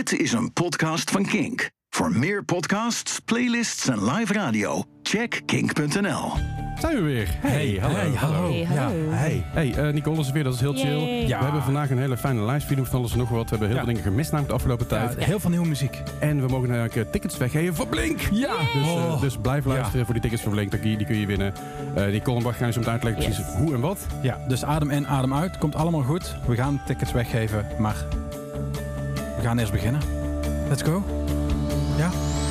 Dit is een podcast van Kink. Voor meer podcasts, playlists en live radio, check kink.nl. Zijn we weer. Hey, hallo. Hey, hallo. Hey, hallo. Ja, hey. Nicole is er weer, dat is heel chill. Yay. Ja. We hebben vandaag een hele fijne livestream van alles en nog wat. We hebben heel veel dingen gemist namelijk de afgelopen tijd. Heel veel nieuwe muziek. En we mogen eigenlijk tickets weggeven voor Blink. Ja. Dus blijf luisteren voor die tickets voor Blink. Die kun je winnen. Nicole en Bart gaan eens om te uitleggen precies hoe en wat. Ja, dus adem in, adem uit. Komt allemaal goed. We gaan tickets weggeven, maar we gaan eerst beginnen. Let's go. Ja.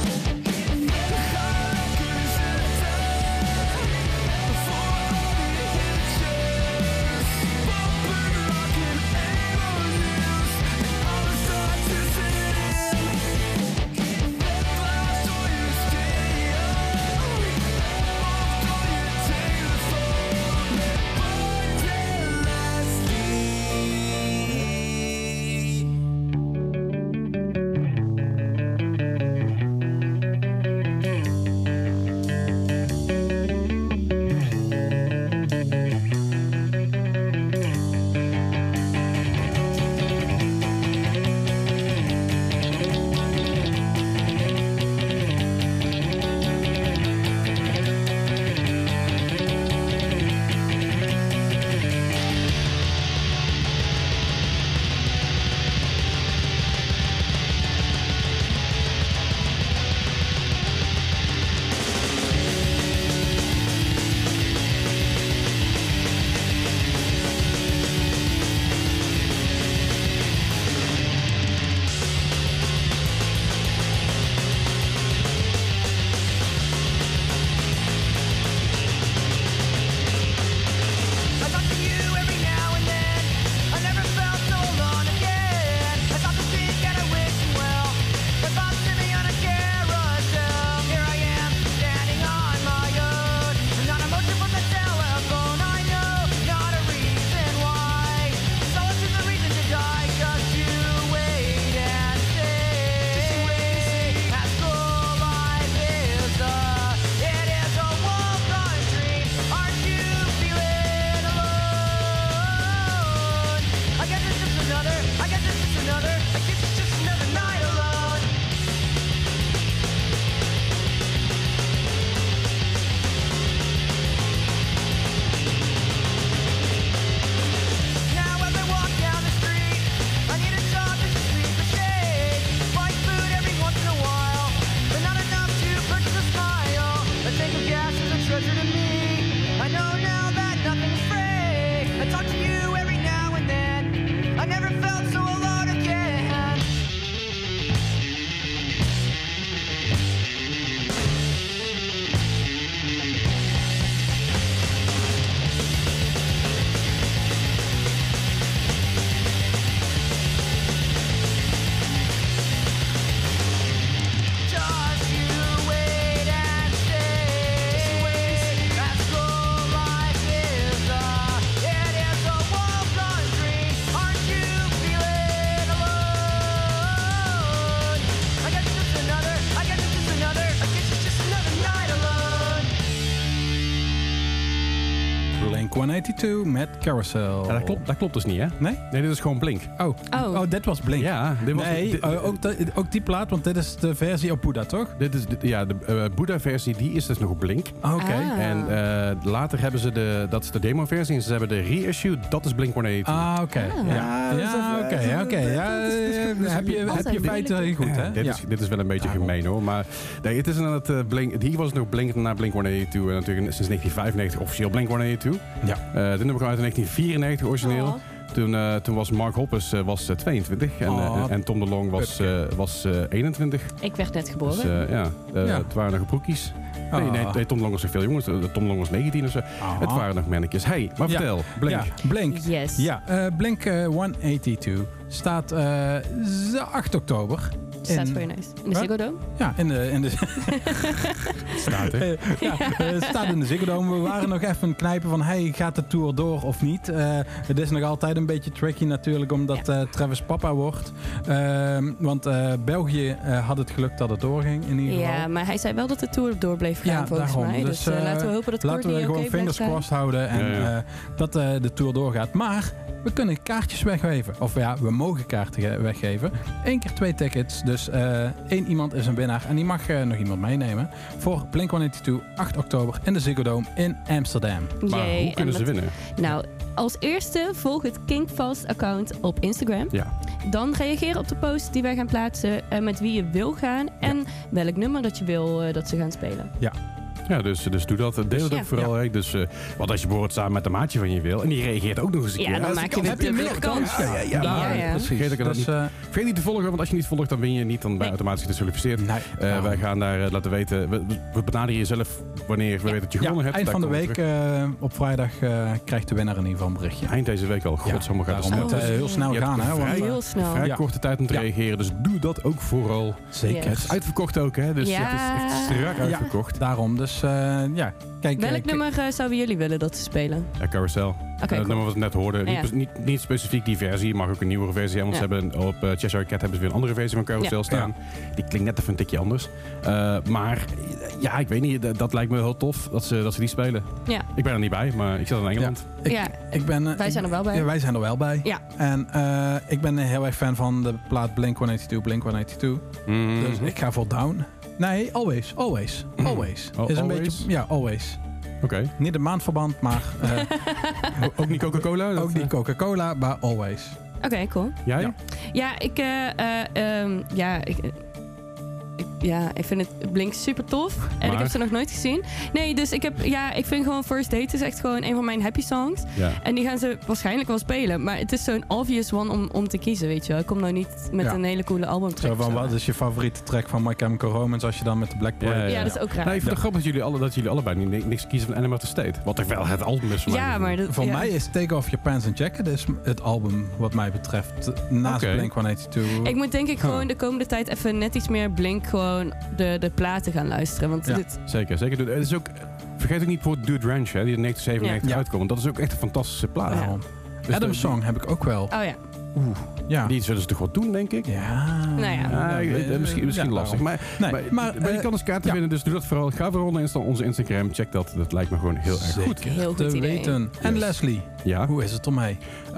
Blink-182 met Carousel. Ja, dat klopt dus niet, hè? Nee? Nee, dit is gewoon Blink. Oh, dit was Blink. Ja, dit was... Ook die plaat, want dit is de versie op Buddha, toch? Dit is de Buddha-versie, die is dus nog op Blink. Oké. En later hebben ze dat is de demo-versie en ze hebben de reissue, dat is Blink-182. Oké. Heb je feiten goed, hè? Dit is wel een beetje gemeen, hoor. Maar nee, het is inderdaad Blink. Die was nog Blink na Blink-182. En natuurlijk sinds 1995 officieel Blink-182. Ja. Dit nummer kwam uit in 1994 origineel. Oh. Toen was Mark Hoppus 22 en Tom DeLonge was 21. Ik werd net geboren. Dus het waren nog broekies. Nee, Tom DeLonge was nog veel jonger. Tom DeLonge was 19 of zo. Het waren nog mannetjes. Hey, maar vertel, Blink. Ja, Blink. Yes. Ja, Blink-182 staat 8 oktober. Staat voor je neus. In de Ziggo Dome? Ja, in de Staat er. staat in de Ziggo Dome. We waren nog even knijpen van, hey, gaat de tour door of niet? Het is nog altijd een beetje tricky natuurlijk, omdat Travis papa wordt. Want België had het geluk dat het doorging in ieder geval. Ja, maar hij zei wel dat de tour door bleef gaan volgens mij. Dus laten we hopen dat Courtney laten we gewoon fingers crossed houden en dat de tour doorgaat. Maar we kunnen kaartjes weggeven. Of ja, we mogen kaarten weggeven. 1 keer 2 tickets. Dus 1 iemand is een winnaar. En die mag nog iemand meenemen. Voor Blink-182, 8 oktober in de Ziggo Dome in Amsterdam. Maar hoe kunnen ze winnen? Nou, als eerste volg het Kinkfast-account op Instagram. Ja. Dan reageer op de post die wij gaan plaatsen met wie je wil gaan en welk nummer dat je wil dat ze gaan spelen. Ja, dus doe dat. Deel het ook vooral. Ja. Dus, want als je bijvoorbeeld samen met een maatje van je wil en die reageert ook nog eens een keer. Ja, dan maak je weer meer kans. Ja. Vergeet niet te volgen, want als je niet volgt, dan win je niet. Dan ben je automatisch gedisqualificeerd. Wij gaan daar laten weten. We benaderen jezelf wanneer we weten dat je gewonnen hebt. Eind van de week op vrijdag krijgt de winnaar in ieder geval een berichtje. Eind deze week al. Godsamme gaat het snel. Heel snel gaan. Heel snel. Vrij korte tijd om te reageren. Dus doe dat ook vooral. Zeker. Het is uitverkocht ook, hè? Dus het is echt strak uitverkocht. Daarom. Dus kijk. Welk nummer zouden jullie willen dat ze spelen? Ja, Carousel. Okay, het nummer wat we net hoorden. Ja. Niet specifiek die versie. Mag ook een nieuwere versie hebben. Want ze hebben op Cheshire Cat hebben ze weer een andere versie van Carousel staan. Ja. Die klinkt net even een tikje anders. Maar ja, ik weet niet. Dat lijkt me heel tof dat ze die spelen. Ja. Ik ben er niet bij, maar ik zit in Engeland. Wij zijn er wel bij. Ja, wij zijn er wel bij. Ja. En ik ben heel erg fan van de plaat Blink-182. Dus ik ga voor Down. Nee, Always. Is een beetje... Ja, Always. Oké. Niet een maandverband, maar... ook niet Coca-Cola? Ook niet Coca-Cola, maar Always. Oké, cool. Jij? Ja, ik vind het Blink super tof. En ik heb ze nog nooit gezien. Nee, dus ik vind gewoon First Date is echt gewoon een van mijn happy songs. Ja. En die gaan ze waarschijnlijk wel spelen. Maar het is zo'n obvious one om te kiezen, weet je wel. Ik kom nou niet met een hele coole albumtrack. Zo van, wat is je favoriete track van My Chemical Romance als je dan met de Blackboard... Ja, dat is ook raar. Nou, ik vind het grappig dat jullie allebei niks kiezen van Enema of the State. Wat er wel het album is voor mij. Maar voor mij is Take Off Your Pants and Jacket is het album wat mij betreft. Naast Blink-182. Ik moet denk ik gewoon de komende tijd even net iets meer Blink gewoon... De platen gaan luisteren. Want Zeker. Het is ook, vergeet ook niet voor Dude Ranch, hè, die in 1997 uitkomt. Dat is ook echt een fantastische plaat. Ja. Dus Adam Song heb ik ook wel. Oh ja. Ja. Die zullen ze toch wel doen, denk ik? Ja. Nou ja. Misschien lastig. Maar je kan dus kaarten winnen, dus doe dat vooral. Ga vooral naar onze Instagram. Check dat. Dat lijkt me gewoon heel erg goed. Heel goed te idee. weten. En Leslie, hoe is het ermee?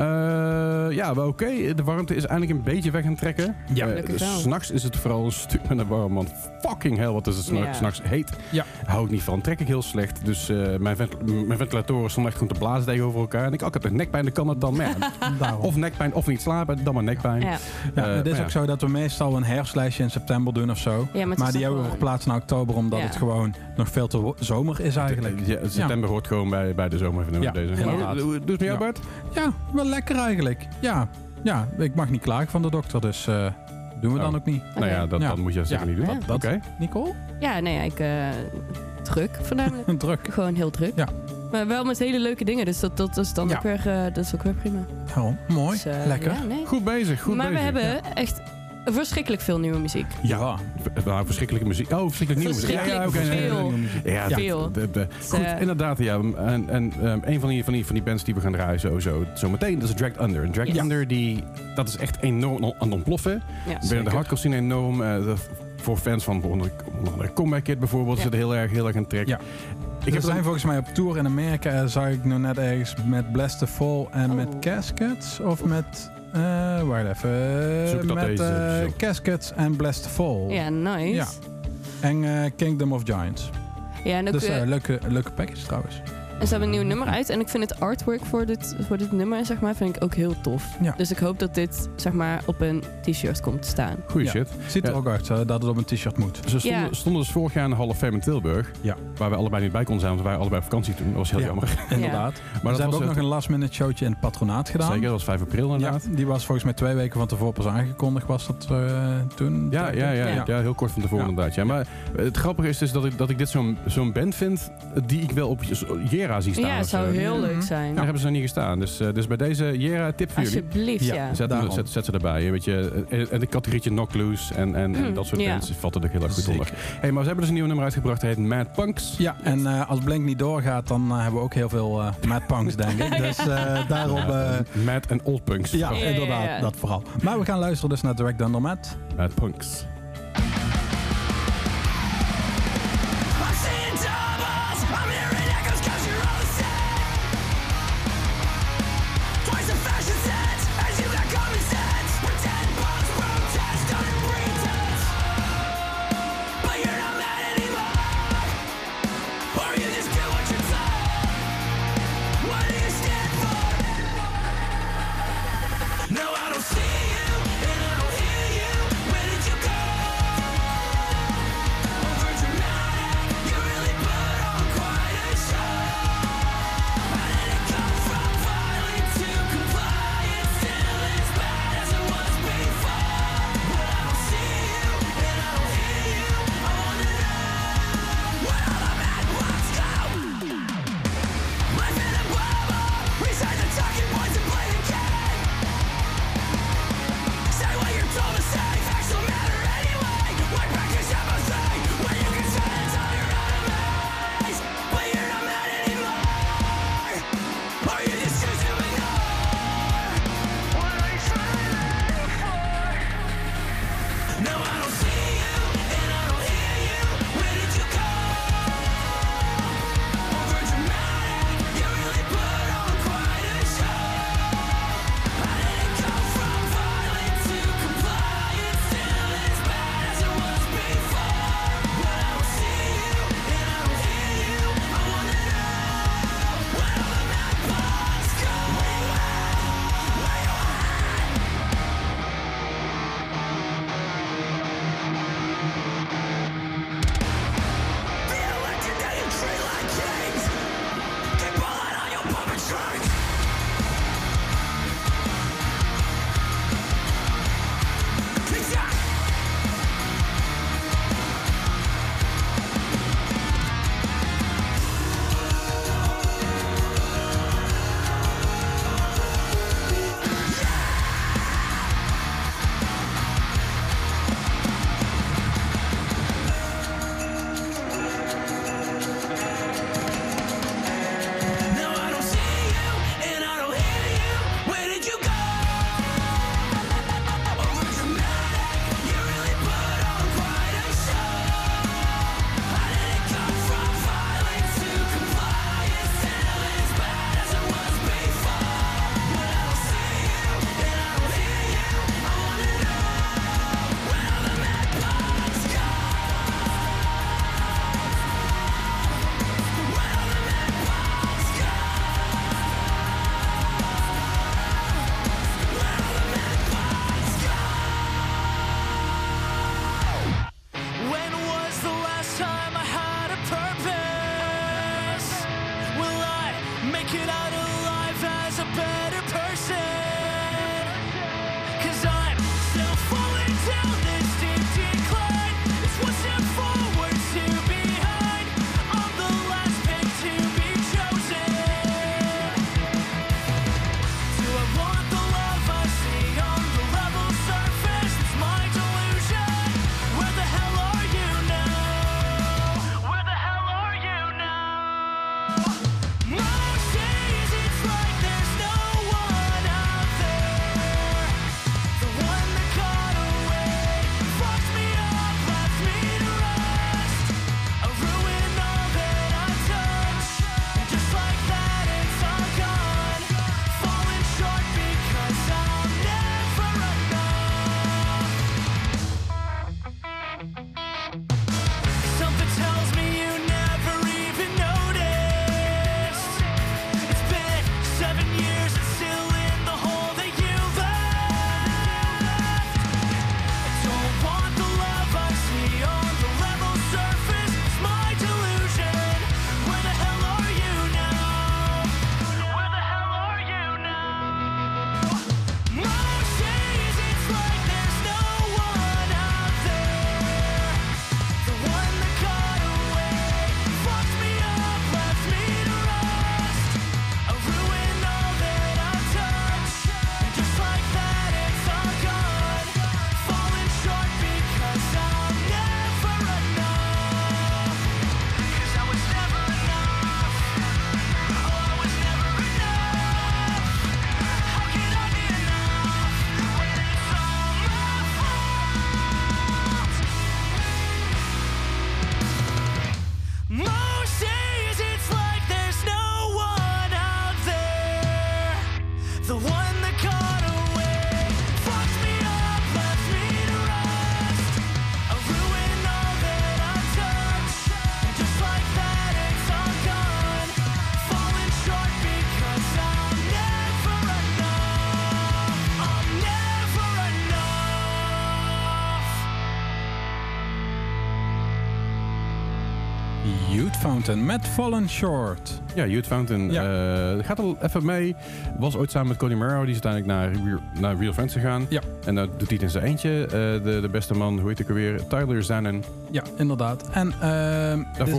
Wel oké. De warmte is eindelijk een beetje weg aan het trekken. Ja, s'nachts is het vooral een stuk minder warm. Want fucking hell, wat is het s'nachts heet. Ja. Hou ik niet van. Trek ik heel slecht. Dus mijn ventilatoren stonden echt gewoon te blazen tegenover elkaar. En ik had nekpijn, dan kan het dan meer. Of nekpijn, of niet slapen, dan maar nekpijn. Het is ook zo dat we meestal een herfstlijstje in september doen of zo. Ja, maar die hebben we geplaatst in oktober, omdat het gewoon nog veel te zomer is eigenlijk. September hoort gewoon bij de zomer. Deze. Maar doe het met jou, Bart? Ja, wel lekker eigenlijk. Ja, ik mag niet klagen van de dokter, dus doen we dan ook niet. Nou ja, dan moet je zeker niet doen. Oké. Nicole? Ja, nee, druk voornamelijk. Druk. Gewoon heel druk. Ja. Maar wel met hele leuke dingen, dus dat is dan ook weer prima. Daarom, mooi, dus, lekker. Ja, nee. Goed bezig. Maar we hebben echt verschrikkelijk veel nieuwe muziek. Ja, verschrikkelijke muziek. Oh, verschrikkelijk nieuwe muziek. Veel. Goed, inderdaad. Ja. En een van die bands die we gaan draaien zo meteen, dat is Dragged Under. En Dragged Under, dat is echt enorm aan het ontploffen. Ja, binnen de hardcore scene enorm. Voor fans van onder Comeback Kid bijvoorbeeld zit heel erg aan het trek. Ja. We zijn volgens mij op tour in Amerika. Zag ik nog net ergens met Bless the Fall en met Caskets. Of met... wacht even. Met Caskets en Bless the Fall. Ja, nice. Ja. En Kingdom of Giants. Ja, en ook, dus leuke package trouwens. En ze hebben een nieuw nummer uit. En ik vind het artwork voor dit nummer, zeg maar, vind ik ook heel tof. Ja. Dus ik hoop dat dit, zeg maar, op een t-shirt komt te staan. Goeie shit. Ziet er ook uit dat het op een t-shirt moet. Ze stonden dus vorig jaar in de Hall of Fame in Tilburg. Ja. Waar we allebei niet bij konden zijn, want we waren allebei op vakantie toen. Dat was heel jammer. Inderdaad. Maar ze hebben ook nog een last minute showtje in het patronaat gedaan. Zeker, dat was 5 april inderdaad. Ja, die was volgens mij 2 weken van tevoren pas aangekondigd. Was dat toen? Ja, heel kort van tevoren inderdaad. Ja. Maar het grappige is dus dat ik dit zo'n band vind die ik wel op Jera zie staan. Ja, het zou heel leuk zijn. Daar hebben ze nog niet gestaan. Dus bij deze Jera tip voor jullie. Alsjeblieft, Zet ze erbij. Weet je, en de categorietje Knock Loose en dat soort bands vatten er heel erg goed onder. Hey, maar ze hebben dus een nieuw nummer uitgebracht. Het heet Mad Punks. Ja, en als Blink niet doorgaat, dan hebben we ook heel veel Mad Punks, denk ik. Dus daarop... Mad en Old Punks. Ja, inderdaad. Dat vooral. Maar we gaan luisteren dus naar Dragged Under met Mad Punks. Fashion Youth Fountain met Fallen Short. Ja, Youth Fountain gaat al even mee. Was ooit samen met Cody Morrow. Die is uiteindelijk naar Real Friends gegaan. Ja. En dat doet hij in zijn eentje. De beste man, hoe heet ik alweer? Tyler Zanin. Ja, inderdaad. En daarvoor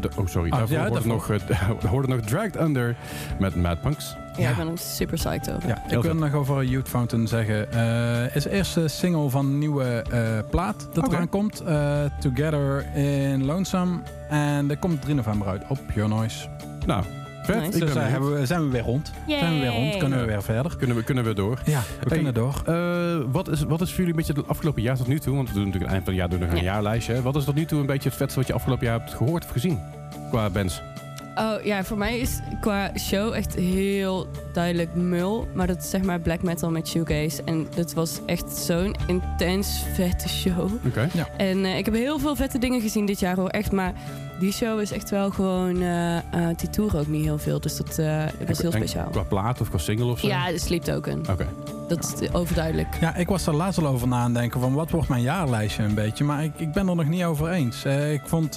hoorde nog Dragged Under met Mad Punks. Ja, ik ben er super psyched over. Ja, ik wil nog over Youth Fountain zeggen. Is de eerste single van een nieuwe plaat dat eraan komt. Together in Lonesome. En dat komt 3 november uit op Pure Noise. Nou, Vet, Nice. Dus zijn we weer rond. Yay. Zijn we weer rond, kunnen we weer verder. Kunnen we door. Ja, we kunnen door. Wat is voor jullie een beetje het afgelopen jaar tot nu toe? Want we doen natuurlijk aan het eind van het jaar een jaarlijstje. Hè? Wat is tot nu toe een beetje het vetste wat je afgelopen jaar hebt gehoord of gezien? Qua bands. Oh ja, voor mij is qua show echt heel duidelijk mul. Maar dat is zeg maar black metal met shoegaze. En dat was echt zo'n intens vette show. Okay. Ja. En ik heb heel veel vette dingen gezien dit jaar hoor. Echt, maar die show is echt wel gewoon... die tour ook niet heel veel. Dus dat was heel speciaal. Qua plaat of qua single of zo? Ja, de Sleep Token. Oké. Dat is overduidelijk. Ja, ik was er laatst al over na aan denken van wat wordt mijn jaarlijstje een beetje. Maar ik ben er nog niet over eens. Ik vond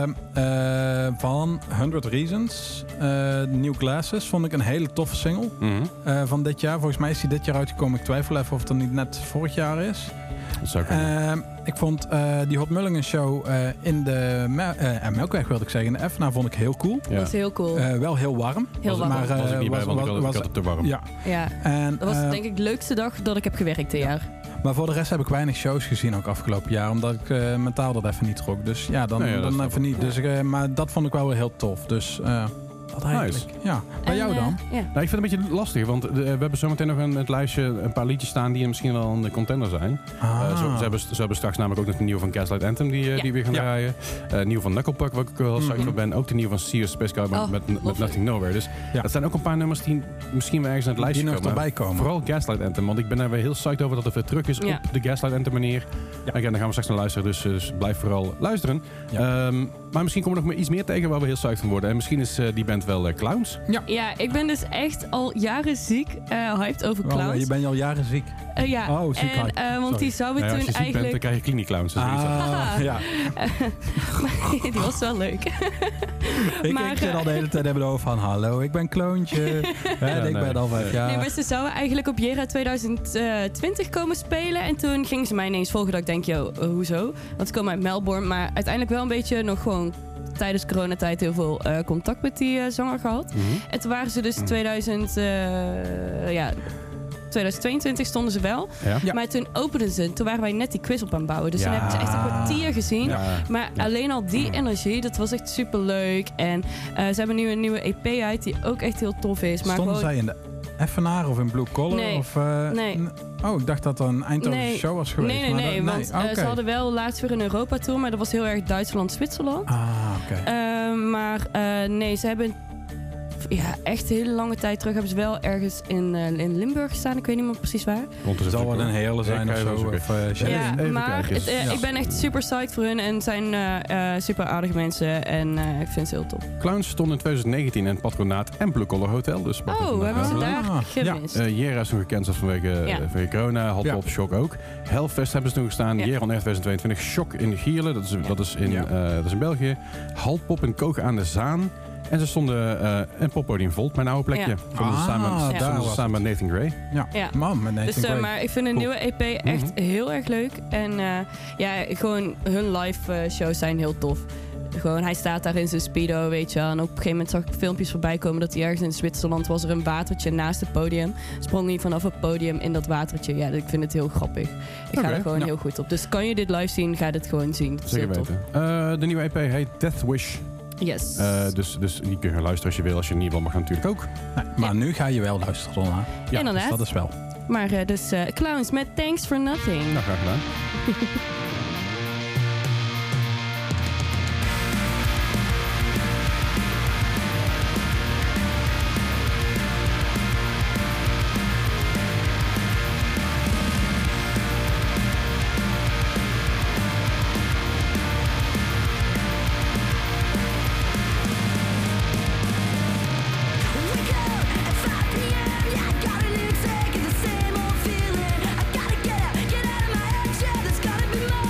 van 100 Reasons, New Glasses, vond ik een hele toffe single van dit jaar. Volgens mij is die dit jaar uitgekomen. Ik twijfel even of het er niet net vorig jaar is. Dat zou kunnen. Ik vond die Hot Mulligan show in de Melkweg, wilde ik zeggen, in de Efna vond ik heel cool. Ja. Dat is heel cool. Wel heel warm. Heel warm. Maar, was ik niet bij, want ik had het te warm. Ja. Ja. En, Dat was denk ik de leukste dag dat ik heb gewerkt dit jaar. Maar voor de rest heb ik weinig shows gezien ook afgelopen jaar. Omdat ik mentaal dat even niet trok. Dus ja, dan even niet. Dus, maar dat vond ik wel weer heel tof. Dus dat eigenlijk. Nice. Ja. Bij jou dan? Ja. Nou, ik vind het een beetje lastig. Want we hebben zometeen nog in het lijstje een paar liedjes staan die misschien wel een contender zijn. Ze hebben straks namelijk ook nog de nieuwe van Gaslight Anthem die weer gaan draaien. Nieuw van Knucklepuck, waar ik wel psyched voor ben. Ook de nieuwe van Sea of Space Cowboy met Nothing Nowhere. Dus dat zijn ook een paar nummers die misschien wel ergens in het lijstje die nog erbij komen. Vooral Gaslight Anthem, want ik ben daar weer heel psyched over dat het weer terug is op de Gaslight Anthem manier. Ja. En daar gaan we straks naar luisteren, dus blijf vooral luisteren. Ja. Maar misschien komen we nog iets meer tegen waar we heel psyched van worden. En misschien is die band wel Clowns. Ja, ik ben dus echt al jaren ziek hyped over Clowns. Je bent al jaren ziek? Ja. Oh, ziek hype. Want die zouden toen als je eigenlijk... ziek bent, dan krijg je Clinic Clowns. Ja. Die was wel leuk. Ik zit al de hele tijd hebben over van hallo, ik ben Kloontje. Ik ben al 5 jaar. Nee, maar ze zouden eigenlijk op Jera 2020 komen spelen. En toen gingen ze mij ineens volgen dat ik denk, hoezo? Want ze komen uit Melbourne, maar uiteindelijk wel een beetje nog gewoon tijdens coronatijd heel veel contact met die zanger gehad. En toen waren ze dus 2022 stonden ze wel. Ja. Maar toen openden ze. Toen waren wij net die quiz op aan het bouwen. Dus toen hebben ze echt een kwartier gezien. Ja. Maar alleen al die energie, dat was echt super leuk. En ze hebben nu een nieuwe EP uit die ook echt heel tof is. Maar stonden zij in de Effenaar of in Blue Collar? Nee. Nee. Oh, ik dacht dat er een Eindhoven show was geweest. Nee. Want ze hadden wel laatst weer een Europa Tour. Maar dat was heel erg Duitsland-Zwitserland. Oké. Maar ze hebben... Ja, echt een hele lange tijd terug hebben ze wel ergens in Limburg gestaan. Ik weet niet meer precies waar. Het zal wel een hele zijn of zo. Ik ben echt super psyched voor hun. En zijn super aardige mensen. En ik vind ze heel top. Clowns stonden in 2019 in Patronaat en Blue Collar Hotel. Dus hebben ze daar gemist. Jera is nog gecanceld vanwege corona. Hotpop Shock ook. Hellfest hebben ze toen gestaan. Jera on Air 2022. Shock in Gierle. Dat is in België. Haltpop in Koog aan de Zaan. En ze stonden in Poppodium Volt, mijn oude plekje. Samen met Nathan Gray. Ja. Man, met Nathan Gray. Maar ik vind de nieuwe EP echt heel erg leuk. En gewoon hun live shows zijn heel tof. Gewoon, hij staat daar in zijn speedo, weet je wel. En op een gegeven moment zag ik filmpjes voorbij komen dat hij ergens in Zwitserland was er een watertje naast het podium. Sprong hij vanaf het podium in dat watertje. Ja, ik vind het heel grappig. Ik ga er gewoon heel goed op. Dus kan je dit live zien, ga dit gewoon zien. Zeker weten. De nieuwe EP heet Death Wish. Yes. Dus die kun je luisteren als je wil. Als je niet wil, mag je natuurlijk ook. Nee, maar nu ga je wel luisteren, Donna. Ja, inderdaad. Dus dat is wel. Maar Clowns met Thanks for Nothing. Nou, graag gedaan. Get out of my head, yeah, that's gotta be mine.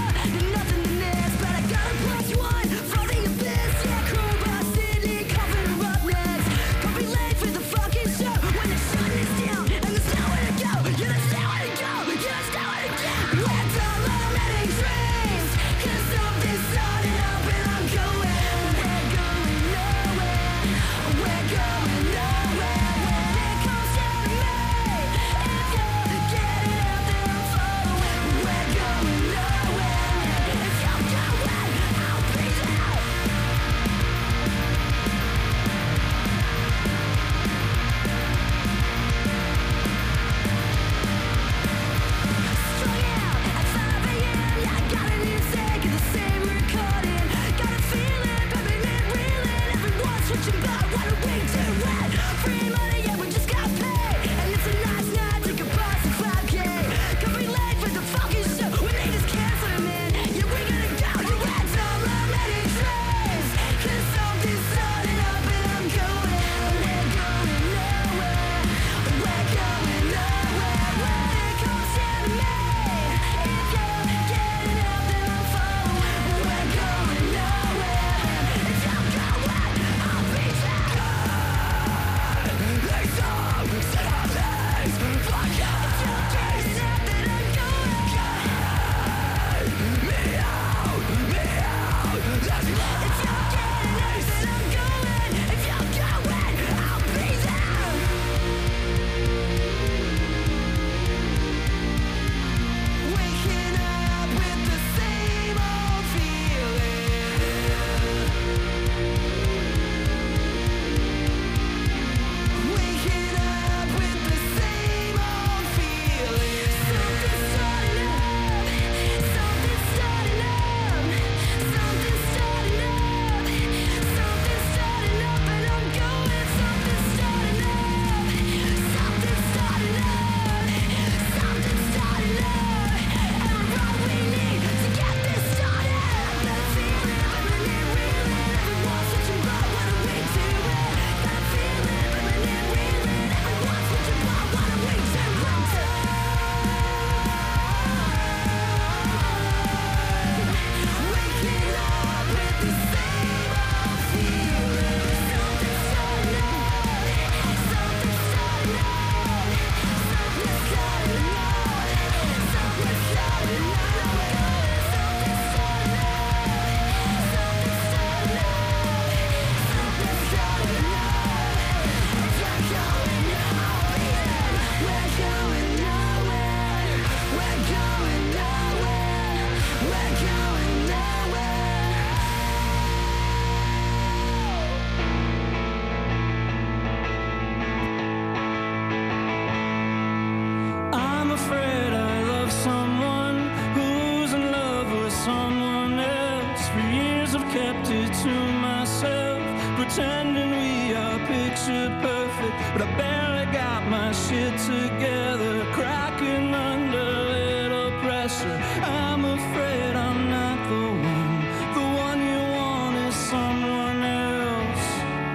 Pretending we are picture perfect, but I barely got my shit together, cracking under little pressure. I'm afraid I'm not the one you want is someone else.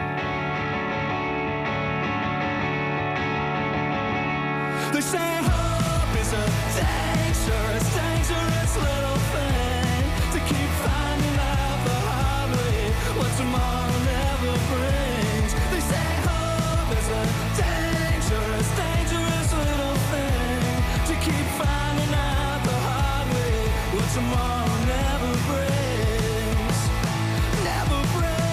They say hope is a dangerous, dangerous little thing to keep finding out the hard way what tomorrow never brings. They say hope is a dangerous, dangerous little thing to keep finding out the hard way what tomorrow never brings. Never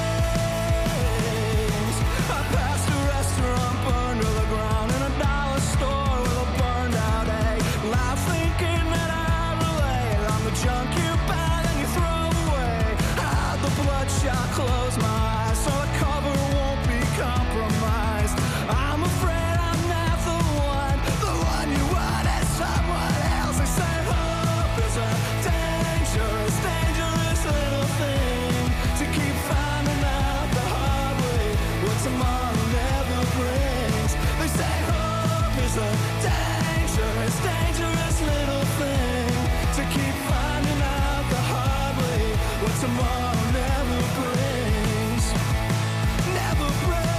brings. I passed a restaurant burned to the ground and a dollar store with a burned out egg. Life thinking that I relate on the junk you buy and you throw away. I had the bloodshot close my eyes so the cover won't be compromised. I'm afraid I'm not the one you want is someone else. They say hope is a dangerous, dangerous little thing to keep finding out the hard way what tomorrow never brings. They say hope is a dangerous, dangerous little thing to keep finding out the hard way what tomorrow never brings. Never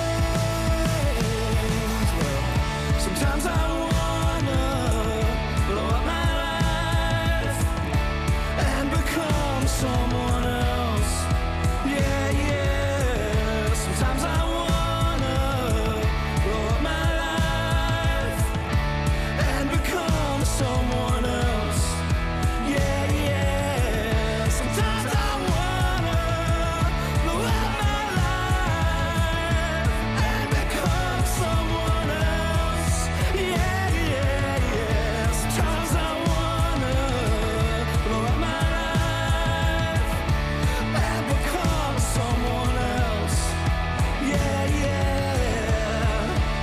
brings. Well, sometimes I wanna blow up my life and become someone else. Yeah, yeah. Sometimes I wanna blow up my life and become someone else. Yeah, yeah. Sometimes I wanna blow up my life and become someone else. Yeah, yeah, yeah. Sometimes I wanna blow up my life and become someone else. Yeah, yeah.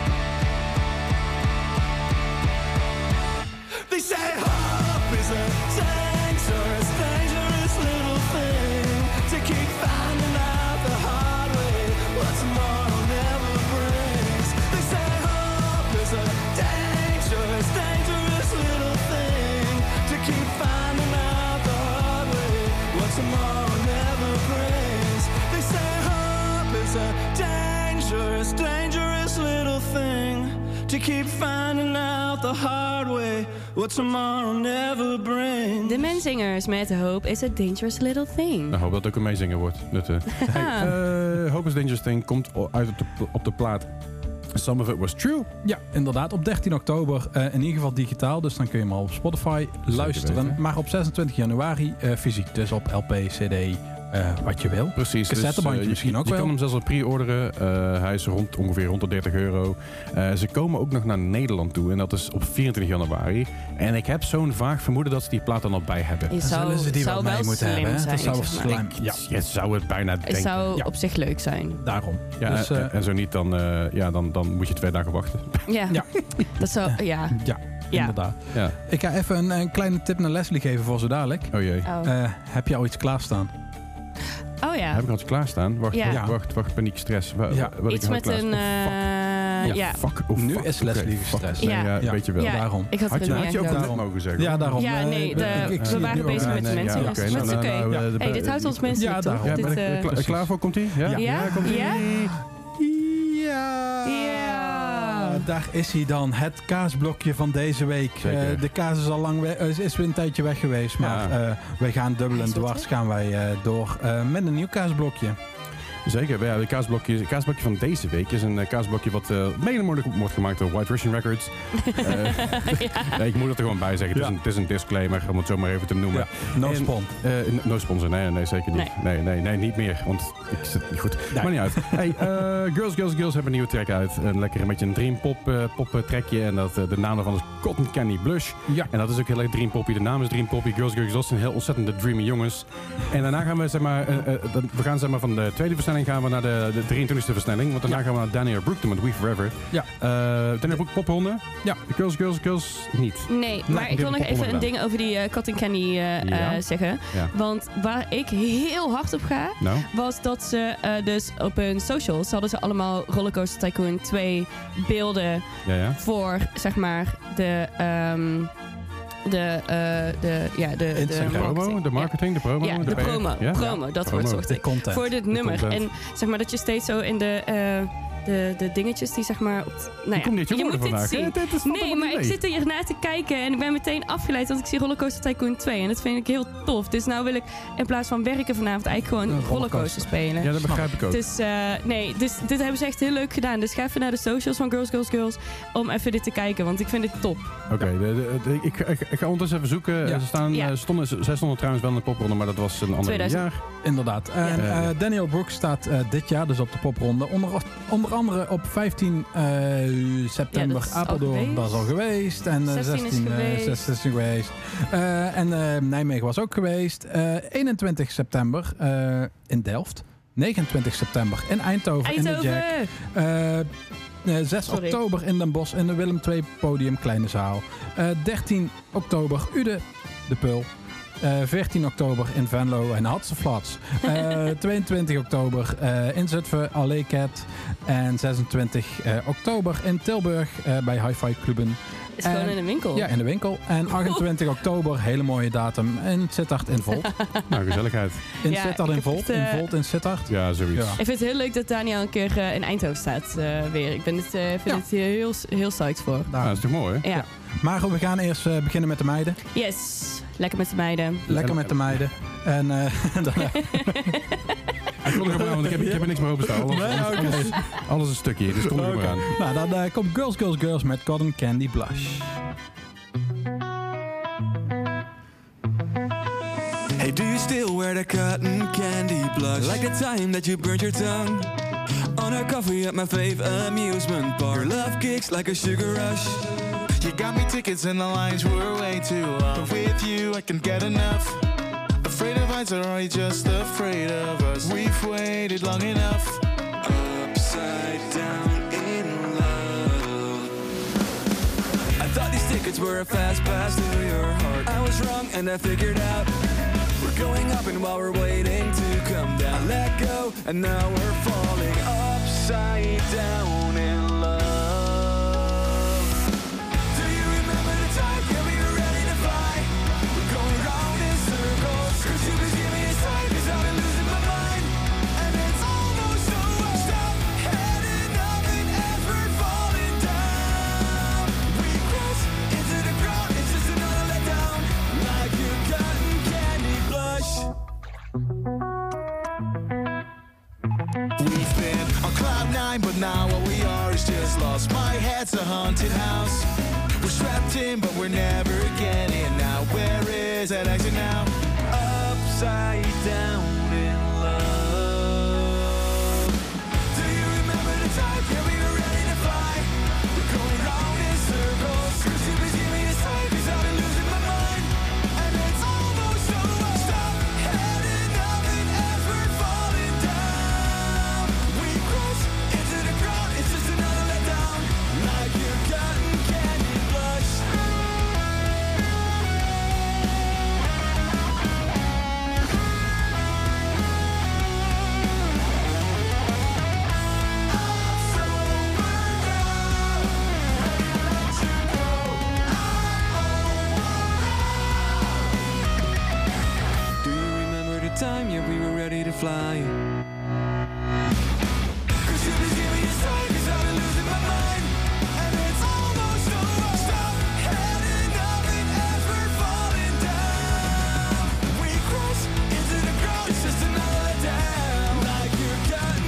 They say hope is a dangerous, dangerous little thing to keep finding out the hard way what tomorrow never brings. They say hope is a dangerous, dangerous little thing to keep finding out the hard way what tomorrow never brings. They say hope is a dangerous, dangerous little thing to keep finding out the hard way what tomorrow never brings. De Menzingers met Hope is a Dangerous Little Thing. Ik hoop dat het ook een meezinger wordt. Hope is a Dangerous Thing komt uit op de plaat Some of It Was True. Ja, inderdaad. Op 13 oktober in ieder geval digitaal. Dus dan kun je hem al op Spotify luisteren. weten. Maar op 26 januari fysiek. Dus op LP, CD, wat je wil. Precies. Cassettebandje misschien ook je wel. kan hem zelfs al pre-orderen. Hij is ongeveer rond de €30. Ze komen ook nog naar Nederland toe. En dat is op 24 januari. En ik heb zo'n vaag vermoeden dat ze die plaat dan al bij hebben. Je Zullen ze die wel mee moeten hebben? Hè? Zijn, Dat zou zeg maar. slim. Ja, Je zou het bijna denken. Het zou Ja. op zich leuk zijn. daarom. Ja, Dus, en zo niet, dan moet je 2 dagen wachten. Ja. Ja. Dat zou... Ja. ja, inderdaad. Ja. Ik ga even een kleine tip naar Leslie geven voor zo dadelijk. Oh jee. Oh. Heb je al iets klaarstaan? Oh ja. Heb ik al iets klaarstaan? Wacht, Ja. wacht, paniek, stress. Ja. Iets met een... Ja, Fuck. Nu fuck. is Leslie Oké, gestrest. fuck. Nee, Ja. een beetje wel. Ja. Daarom. Ik had Had er je niet ook aan net gedacht. mogen zeggen? Ja, daarom. Ja, nee, ik we zie het waren nu bezig ook met de aan. mensen. Ja, Dus oké. dat is Nou, oké. nou, Hey, dit houdt ons mensen Ja, toch? daarom. Ja, Dit, ben ik precies. klaar voor? Komt-ie? Ja? Ja? Komt-ie? Ja? Ja. Ja. Daar is hij dan. Het kaasblokje van deze week. Zeker. De kaas is al lang is weer een tijdje weg geweest. Maar wij gaan dubbel en Hij is weer dwars gaan wij door met een nieuw kaasblokje. Zeker. Ja, de kaasblokje van deze week is een kaasblokje wat mede mogelijk wordt gemaakt door White Russian Records. Nee, ik moet het er gewoon bij zeggen. Het is een disclaimer, om het zo maar even te noemen. Ja, no spon. No sponsor, nee, zeker niet. Nee, niet meer, want ik zit niet goed. Nee. Maar niet uit. Hey, Girls hebben een nieuwe track uit. Lekker een beetje een dream pop trackje. En de naam daarvan is Cotton Candy Blush. Ja. En dat is ook heel erg dream poppy. De naam is dream poppy. Girls zijn heel ontzettend dreamy jongens. En daarna gaan we van de tweede versnelling gaan we naar de 23e versnelling. Want daarna gaan we naar Daniel Brookton met We Forever. Ja. Daniel Brook popronde. Ja. Girls niet. Nee, maar ik wil nog even een ding over die Cotton Candy zeggen. Ja. Want waar ik heel hard op ga, was dat ze dus op hun socials hadden ze allemaal Rollercoaster Tycoon 2 beelden voor, zeg maar, de marketing, de promo. Ja, de promo, dat woord zocht ik. Voor dit nummer. En zeg maar dat je steeds zo in de dingetjes die zeg maar... je moet dit zien. Nee, maar ik zit er hiernaar te kijken en ik ben meteen afgeleid, want ik zie Rollercoaster Tycoon 2 en dat vind ik heel tof. Dus nou wil ik in plaats van werken vanavond eigenlijk gewoon rollercoaster spelen. Ja, dat begrijp ik ook. Dus dus dit hebben ze echt heel leuk gedaan. Dus ga even naar de socials van Girls om even dit te kijken, want ik vind dit top. Oké, ik ga ondertussen even zoeken. Ja. Zij stonden trouwens wel in de popronde, maar dat was een ander jaar. Inderdaad. Daniel Brook staat dit jaar dus op de popronde. Onder andere op 15 september Apeldoorn, dat is al geweest. En 16 geweest. En Nijmegen was ook geweest. 21 september in Delft. 29 september in Eindhoven. In de Jack. 6 oktober in Den Bosch in de Willem II podium Kleine Zaal. 13 oktober Ude de Pul. 14 oktober in Venlo en Hatseflats. 22 oktober in Zutphen, Alleeket. En 26 oktober in Tilburg bij Hi-Fi Cluben. Is gewoon in de winkel. Ja, in de winkel. En 28 oktober, hele mooie datum, in Sittard in Volt. Nou, gezelligheid. In Sittard in Volt. In Volt in Sittard. Ja, zoiets. Ja. Ik vind het heel leuk dat Daniel een keer in Eindhoven staat weer. Ik vind het hier heel psyched voor. Nou, dat is toch mooi, hè? Ja. Maar we gaan eerst beginnen met de meiden. Yes, lekker met de meiden. Lekker met de meiden. En daarna... Ik wil er gewoon aan, want ik heb er niks meer over staan. Alles een stukje, dus kom er maar aan. Nou, dan komt Girls met Cotton Candy Blush. Hey, do you still wear the cotton candy blush? Like the time that you burnt your tongue on a coffee at my fave amusement park. Your love kicks like a sugar rush. You got me tickets and the lines were way too long. But with you I can get enough. Afraid of heights, or are you just afraid of us? We've waited long enough. Upside down in love. I thought these tickets were a fast pass to your heart. I was wrong and I figured out we're going up, and while we're waiting to come down, I let go and now we're falling upside down in love. Do you remember the time when we were ready to fly? We're going round in circles. Could you please give me a sign, 'cause I've been losing my mind. And it's almost over. Stop heading up, and as we're falling down, we crash into the ground. It's just another letdown, like your cotton candy blush. We've been on cloud 9, but now what we are is just lost. My head's a haunted house. We're strapped in, but we're never getting out. Where is that exit now? Upside down in love. Do you remember the time when we were ready to fly? We're going round in circles. Could you please give me a sign, 'cause I've been losing my mind. And it's almost over. Stop heading up, and as we're falling down, we crash into the ground. It's just another letdown, like your cotton candy blush. Do you remember the time, yeah, we were ready to fly? Could you please give me a sign, 'cause I've been losing my mind. And it's almost over. Stop heading up, and as we're falling down, we crash into the ground. It's just another letdown, like your cotton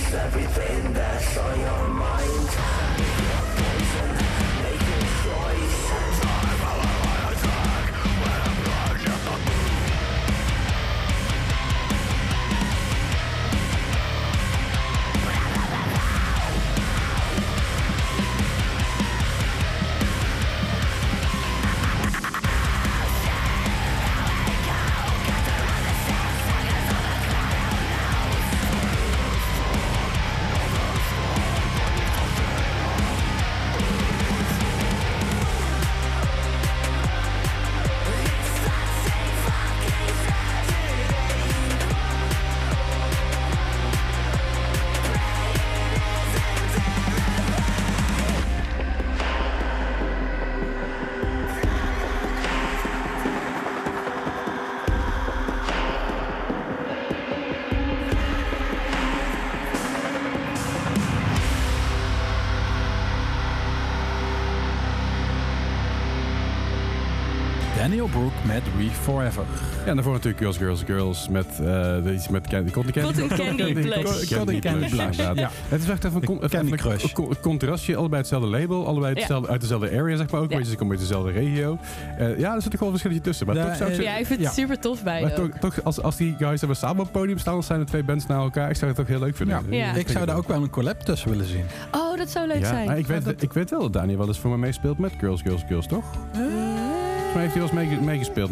Daniel Brook met We Forever. Ja, en daarvoor natuurlijk Girls, Girls, Girls met iets met Cotton Candy Blush. Cotton Candy Blush. Ja. Het is echt even een contrastje. Allebei hetzelfde label, allebei uit dezelfde area, zeg maar ook. Want je komt uit dezelfde regio. Ja, er zit toch wel een verschilletje tussen. Maar toch zou ik ik vind het super tof bij je. Toch, als die guys hebben samen op het podium staan, dan zijn er twee bands naar elkaar. Ik zou het ook heel leuk vinden. Ja. Ik zou daar ook wel een collab tussen willen zien. Oh, dat zou leuk zijn. Maar ik weet wel dat Daniel wel eens voor me meespeelt met Girls, Girls, Girls, toch? Heeft hij wel eens meegespeeld.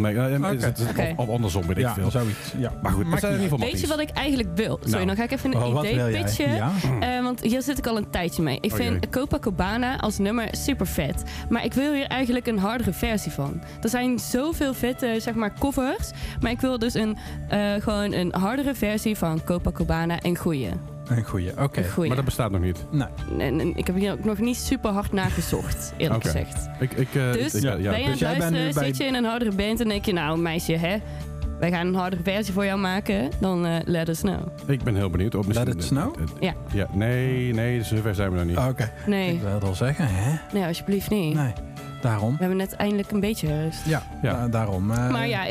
Of andersom, weet ik veel. Zoiets. Ja. Maar goed, weet je wat ik eigenlijk wil? Sorry, dan ga ik even een idee pitchen. Ja? Want hier zit ik al een tijdje mee. Ik vind Copacabana als nummer super vet. Maar ik wil hier eigenlijk een hardere versie van. Er zijn zoveel vette, zeg maar, covers. Maar ik wil dus gewoon een hardere versie van Copacabana en goeie. Een goeie, oké. Maar dat bestaat nog niet. Nee. Ik heb hier ook nog niet super hard nagezocht, eerlijk gezegd. Dus ben je aan het luisteren, zit je in een hardere band en denk je, nou meisje, wij gaan een hardere versie voor jou maken, dan let us know. Ik ben heel benieuwd. Let it snow? Ja. Nee, zover zijn we nog niet. Oké. Nee. Ik wil het al zeggen, hè? Nee, alsjeblieft niet. Nee. Daarom. We hebben net eindelijk een beetje rust. Ja. Daarom. Maar ja,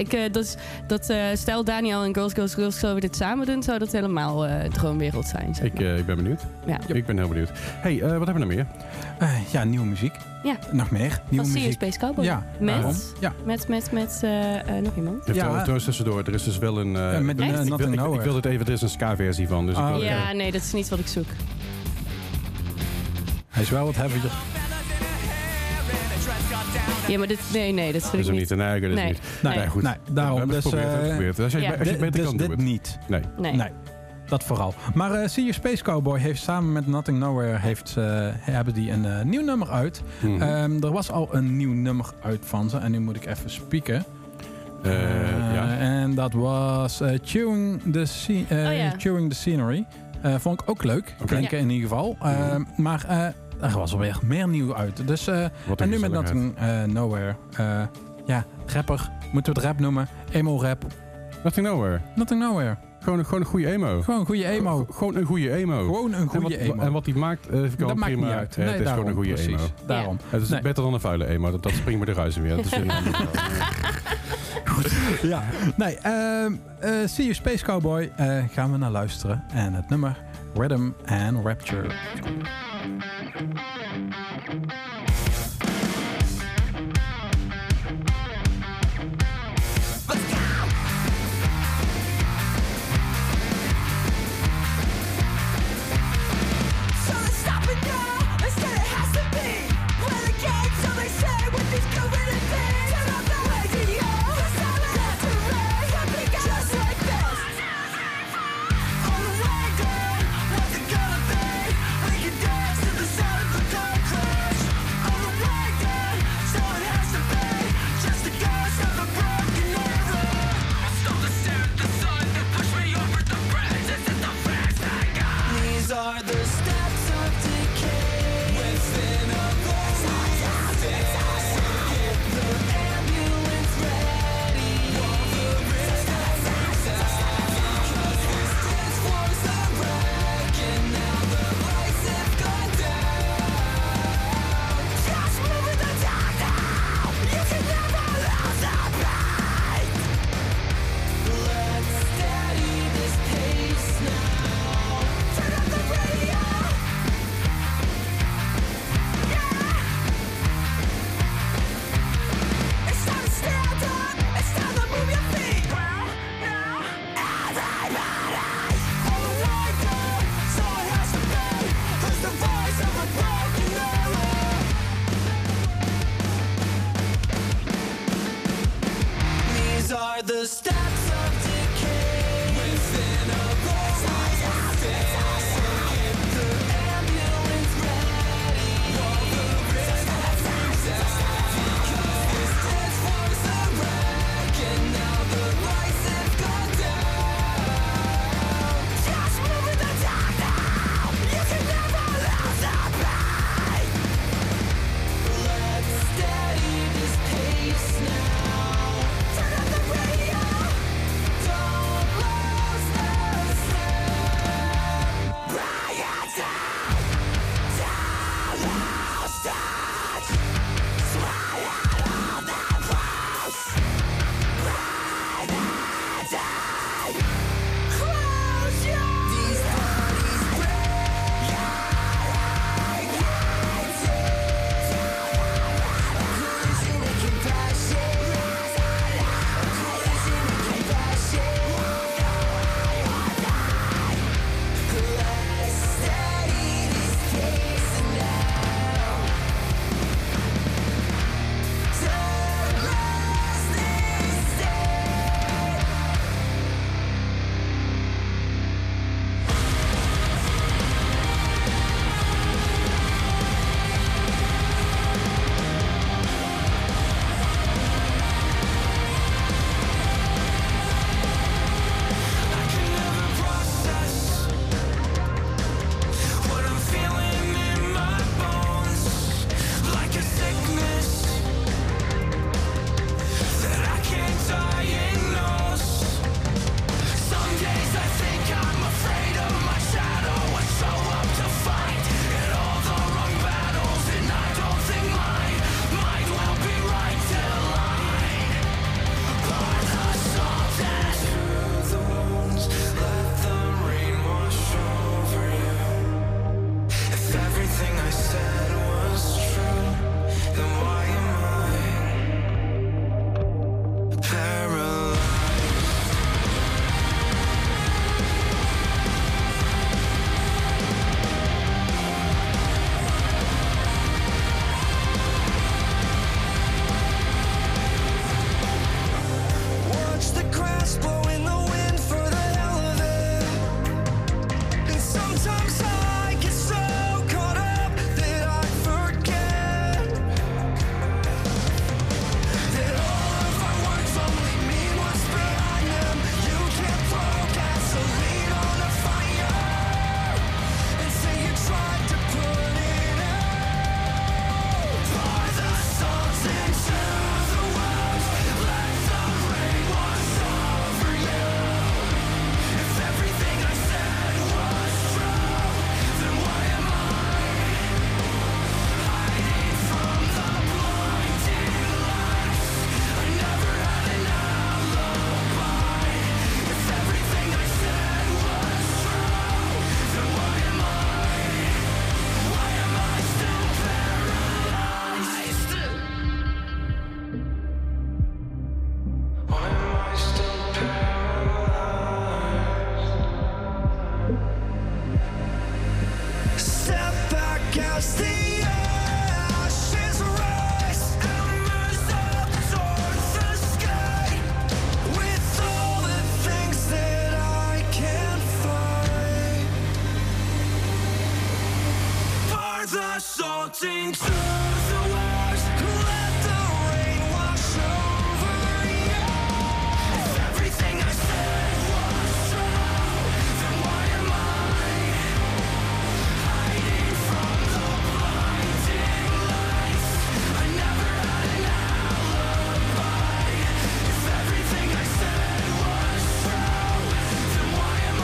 stel Daniel en Girls, Girls, Girls zouden we dit samen doen, zou dat helemaal droomwereld zijn. Zeg maar. Ik ben benieuwd. Ja. Ik ben heel benieuwd. Hey, wat hebben we nog meer? Nieuwe muziek. Ja. Nog meer nieuwe muziek. Space Cowboy. Ja. Met nog iemand. Trouwens tussendoor, er is dus wel een... ik wil het even, er is een ska-versie van. Dus nee, dat is niet wat ik zoek. Hij is wel wat heavier. Ja, maar dit... Nee, dat is niet. Nee, dat is niet. Nee, goed. Nee, daarom. We hebben het geprobeerd. Als je beter kan, doe het. Niet. Nee. Dat vooral. Maar See You Space Cowboy heeft samen met Nothing Nowhere hebben die een nieuw nummer uit. Er was al een nieuw nummer uit van ze. En nu moet ik even spieken. En dat was Chewing the Scenery. Vond ik ook leuk. Klinken in ieder geval. Maar er was alweer meer nieuw uit. Dus, en nu met Nothing Nowhere. Rapper. Moeten we het rap noemen? Emo rap. Nothing Nowhere. Nothing Nowhere. Gewoon een goede emo. Gewoon een goede emo. Gewoon een goede emo. Gewoon een goede emo. En wat hij maakt, dat maakt niet uit. Het is gewoon een goede emo. Daarom. Het is beter dan een vuile emo. Dat springt me de ruis weer. Dat is goed. Ja. Nee, See You Space Cowboy gaan we naar luisteren. En het nummer Rhythm and Rapture. Let's steady this pace now. Turn up the Cast the ashes rise, embers up towards the sky. With all the things that I can't find. Pour the salt into the waters. Let the rain wash over you. If everything I said was true, then why am I hiding from the blinding lights? I never had an alibi. If everything I said was true, then why am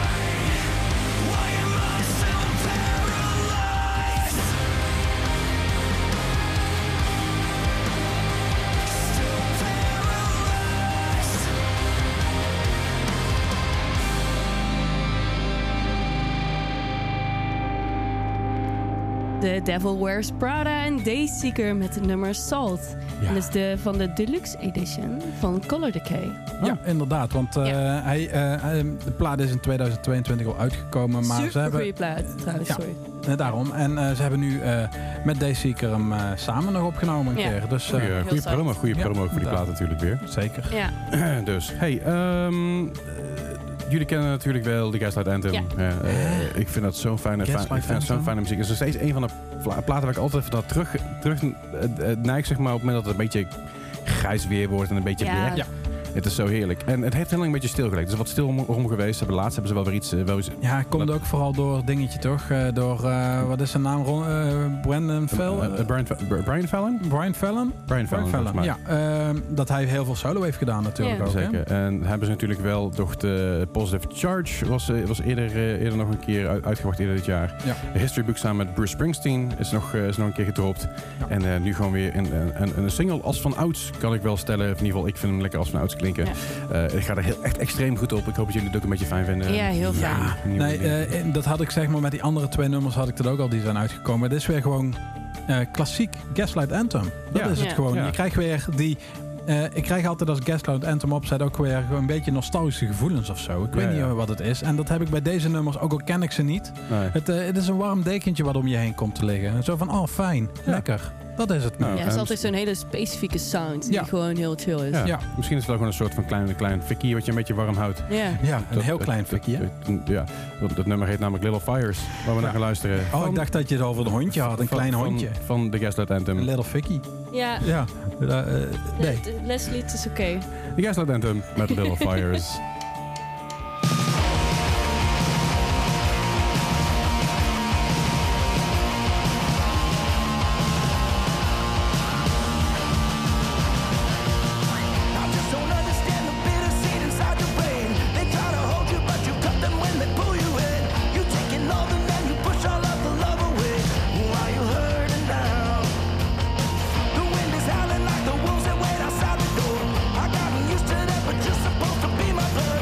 I still paralyzed? Still paralyzed. The Devil Wears Prada en Dayseeker met het nummer Salt. Ja. En dat is van de Deluxe Edition van Color Decay. Ja, inderdaad. Want de plaat is in 2022 al uitgekomen. Maar Super ze hebben, goede plaat trouwens, Ja. sorry. Daarom. En ze hebben nu met Dayseeker hem samen nog opgenomen een Ja. keer. Dus Goeie zacht. promo voor die Ja. plaat natuurlijk weer. zeker. Ja, Dus, hey, jullie kennen natuurlijk wel de Gaslight Anthem. Ja. Ik vind dat zo'n fijne muziek. Het is nog steeds een van de platen waar ik altijd even naar terug neig, zeg maar, op het moment dat het een beetje grijs weer wordt en een beetje Ja. weer. Ja. Het is zo heerlijk. En het heeft heel lang een beetje stilgelegd. Het is wat stil om geweest. Laatst hebben ze wel weer iets... Ja, komt ook vooral door dingetje toch? Door, wat is zijn naam? Brandon Fallon? Brian Fallon? Brian Fallon? Brian Fallon, volgens mij. Ja, dat hij heel veel solo heeft gedaan natuurlijk Ja. ook. Hè? Zeker. En hebben ze natuurlijk wel toch de Positive Charge was eerder nog een keer uitgebracht eerder dit jaar. Ja. De History Book samen met Bruce Springsteen is nog een keer gedropt. Ja. En nu gewoon weer een single als van ouds, kan ik wel stellen. In ieder geval, ik vind hem lekker als van ouds klinken. Ik ga er echt extreem goed op. Ik hoop dat jullie het ook een beetje fijn vinden. Ja, heel fijn. Nee, dat had ik zeg maar met die andere twee nummers had ik dat ook al die zijn uitgekomen. Dit is weer gewoon klassiek Gaslight Anthem. Dat Ja. is het Ja. gewoon. Ja. Je krijgt weer die... ik krijg altijd als Gaslight Anthem opzet ook weer gewoon een beetje nostalgische gevoelens of zo. Ik weet niet wat het is. En dat heb ik bij deze nummers, ook al ken ik ze niet. Nee. Het is een warm dekentje wat om je heen komt te liggen. Zo van, oh fijn, lekker. Dat is het nou. Ja, het is altijd zo'n hele specifieke sound die gewoon heel chill is. Ja. Ja. Misschien is het wel gewoon een soort van klein fikkie wat je een beetje warm houdt. Ja. Ja, een heel klein fikje. Ja, dat nummer heet namelijk Little Fires, waar we naar gaan luisteren. Oh, ik dacht dat je het over een hondje had. Een klein hondje. Van de Gaslight Anthem. Een little fikkie. Ja, Ja. Nee. Leslie, het is oké. De Gaslight Anthem met Little Fires. I just don't understand the bitter seed inside your brain. They try to hold you, but you cut them when they pull you in. You taking all the men, you push all of the love away. Why you hurting now? The wind is howling like the wolves that wait outside the door. I gotten used to that, but you're supposed to be my blood.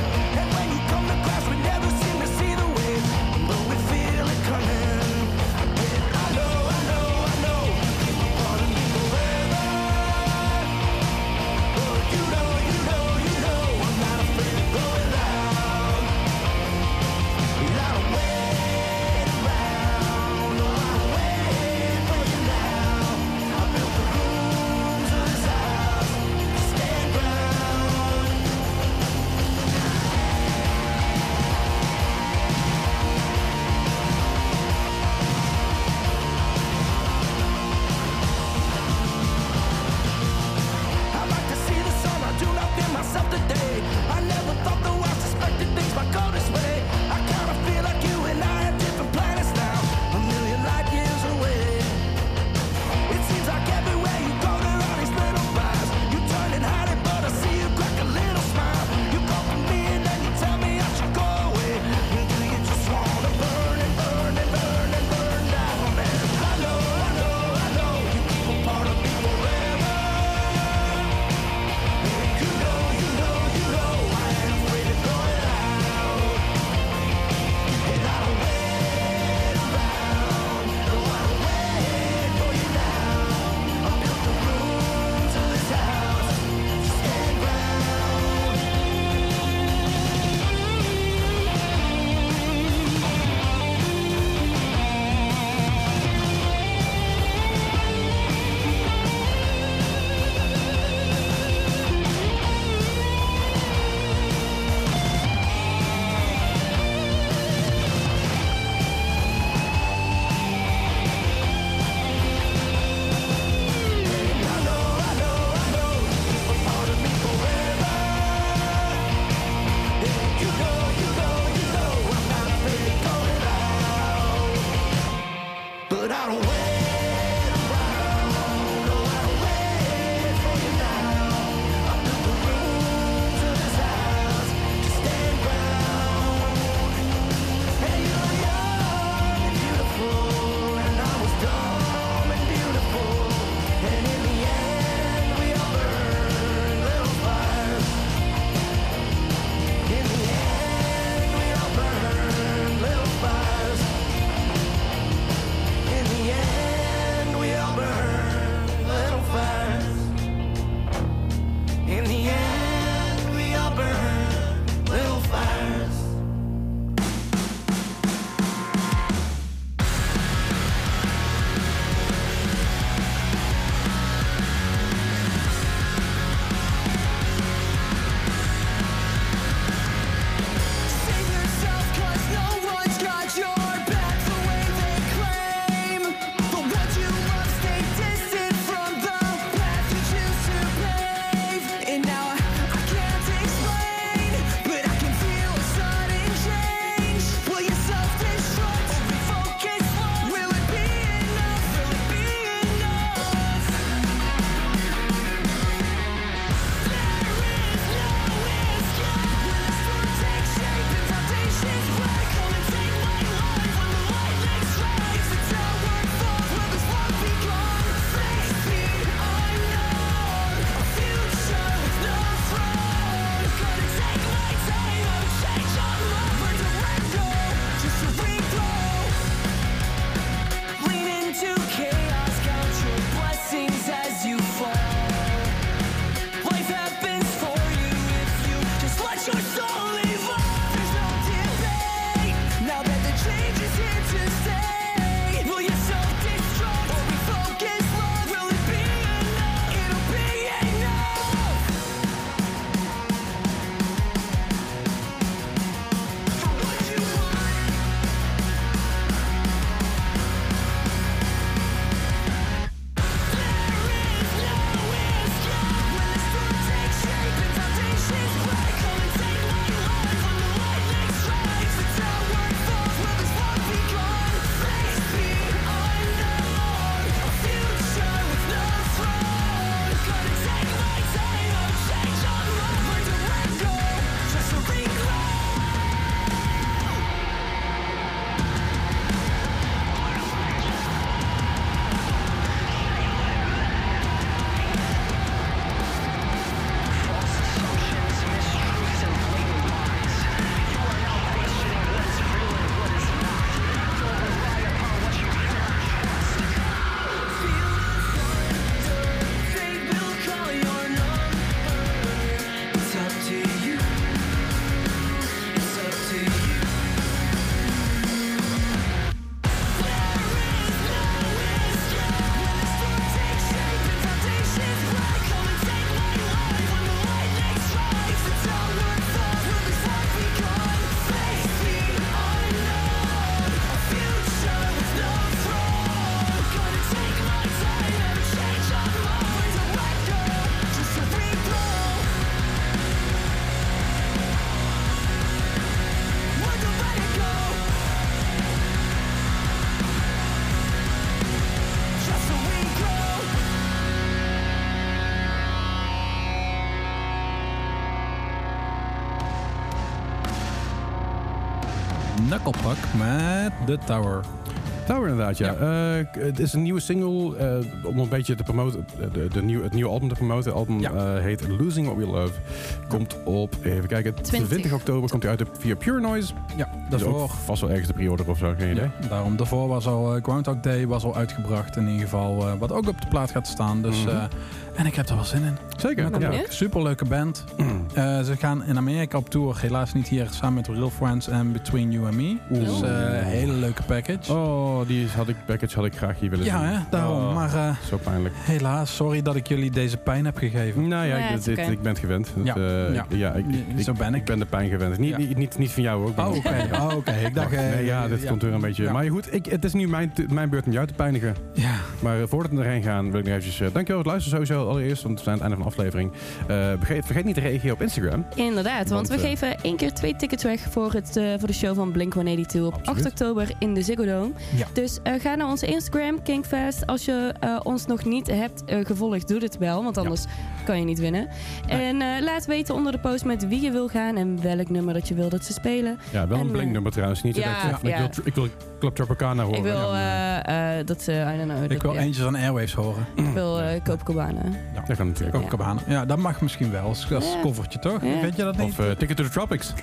Knucklepuck met The Tower. Tower inderdaad, ja. Het is een nieuwe single om een beetje te promoten. Het nieuwe album te promoten. Het album heet Losing What We Love. Komt op, even kijken, 20 oktober komt hij uit via Pure Noise. Ja, daarvoor vast wel ergens de pre-order of zo, geen idee. Daarom, daarvoor was al Groundhog Day was al uitgebracht in ieder geval. Wat ook op de plaat gaat staan. Dus, en ik heb er wel zin in. Zeker. Ja. Superleuke band. Ze gaan in Amerika op tour. Helaas niet hier samen met Real Friends en Between You and Me. Dus een hele leuke package. Oh, die package had ik graag hier willen zien. Ja, hè, daarom. Maar zo pijnlijk. Helaas, sorry dat ik jullie deze pijn heb gegeven. Nou ja, ik ben het gewend. Zo ben ik. Ik ben de pijn gewend. Niet van jou ook. Oké. Ik dacht... dit komt weer een beetje... Ja. Maar goed, het is nu mijn beurt om jou te pijnigen. Ja. Maar voordat we erheen gaan, wil ik nog eventjes... dankjewel voor het luisteren sowieso allereerst, want we zijn aan het einde van de aflevering. Vergeet niet te reageren op Instagram. Inderdaad, want we geven 1 keer 2 tickets weg voor de show van Blink-182 op 8 oktober in de Ziggo Dome. Ja. Dus ga naar onze Instagram, Kinkfest. Als je ons nog niet hebt gevolgd, doe dit wel, want anders kan je niet winnen. En laat weten onder de post met wie je wil gaan en welk nummer dat je wil dat ze spelen. Ja, wel een Blink-nummer trouwens. Niet ik wil Club Tropicana horen. Ik wil dat ze, I don't know. Ik wil eentjes aan Airwaves horen. Ik wil Copacabana. Ja, dat kan natuurlijk. Copacabana. Ja, dat mag misschien wel. Als covertje, toch? Weet je dat niet? Of Ticket to the Tropics.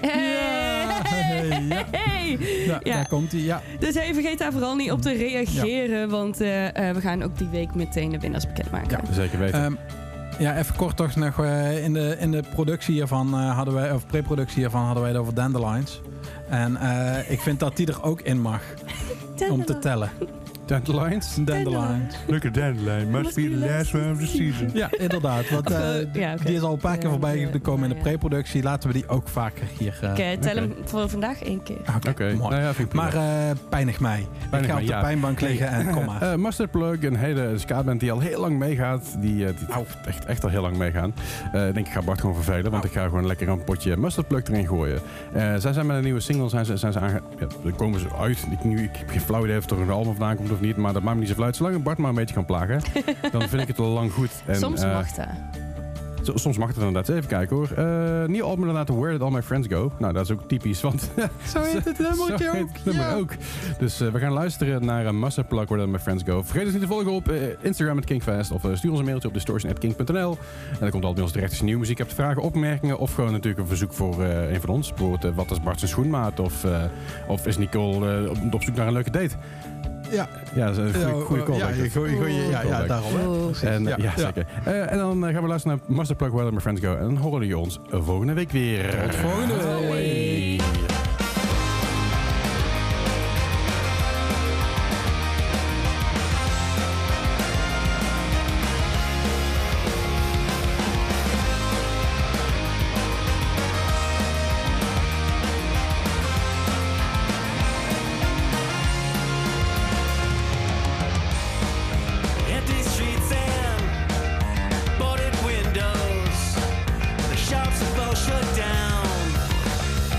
Daar komt hij. Ja. Dus vergeet daar vooral niet op te reageren, want we gaan ook die week meteen de winnaars bekendmaken. Ja, zeker weten. Even kort toch nog in de productie hiervan hadden wij, of pre-productie hiervan hadden wij het over Dandelions. En ik vind dat die er ook in mag. Om te tellen. Dandelions? Look at Dandelion. Must be the last one of the season. Ja, inderdaad. Want die is al een paar keer voorbij gekomen in de pre-productie. Laten we die ook vaker hier... tel hem voor vandaag 1 keer. Oké. Nou ja, maar pijnig mij. Ik ga op de pijnbank liggen en kom maar. Mustard Plug, een hele ska-band die al heel lang meegaat. Die echt al heel lang meegaan. Ik denk, ik ga Bart gewoon vervelen. Want ik ga gewoon lekker een potje Mustard Plug erin gooien. Zij zijn met een nieuwe single. Dan komen ze uit. Ik heb geen flauw idee of er een album vandaan komt of niet, maar dat maakt me niet zo fluit. Zolang Bart maar een beetje kan plagen, dan vind ik het al lang goed. En, soms mag dat. Soms mag het inderdaad. Even kijken hoor. Nieuw album inderdaad, Where Did All My Friends Go? Nou, dat is ook typisch, want... Zo heet het nummer ook. Dus we gaan luisteren naar Mustard Plug, Where Did All My Friends Go. Vergeet ons niet te volgen op Instagram @Kinkfest of stuur ons een mailtje op distortion@kink.nl. En dan komt altijd bij ons terecht als je nieuwe muziek hebt, vragen, opmerkingen of gewoon natuurlijk een verzoek voor een van ons. Bijvoorbeeld, wat is Bart zijn schoenmaat? Of is Nicole op zoek naar een leuke date? Ja, dat is een goede callback. Ja, daarom. Zeker. En dan gaan we luisteren naar Mustard Plug, Where Did My Friends Go. En dan horen jullie ons volgende week weer. Tot volgende week. Shut down.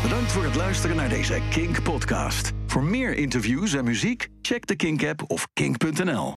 Bedankt voor het luisteren naar deze Kink-podcast. Voor meer interviews en muziek, check de Kink-app of kink.nl.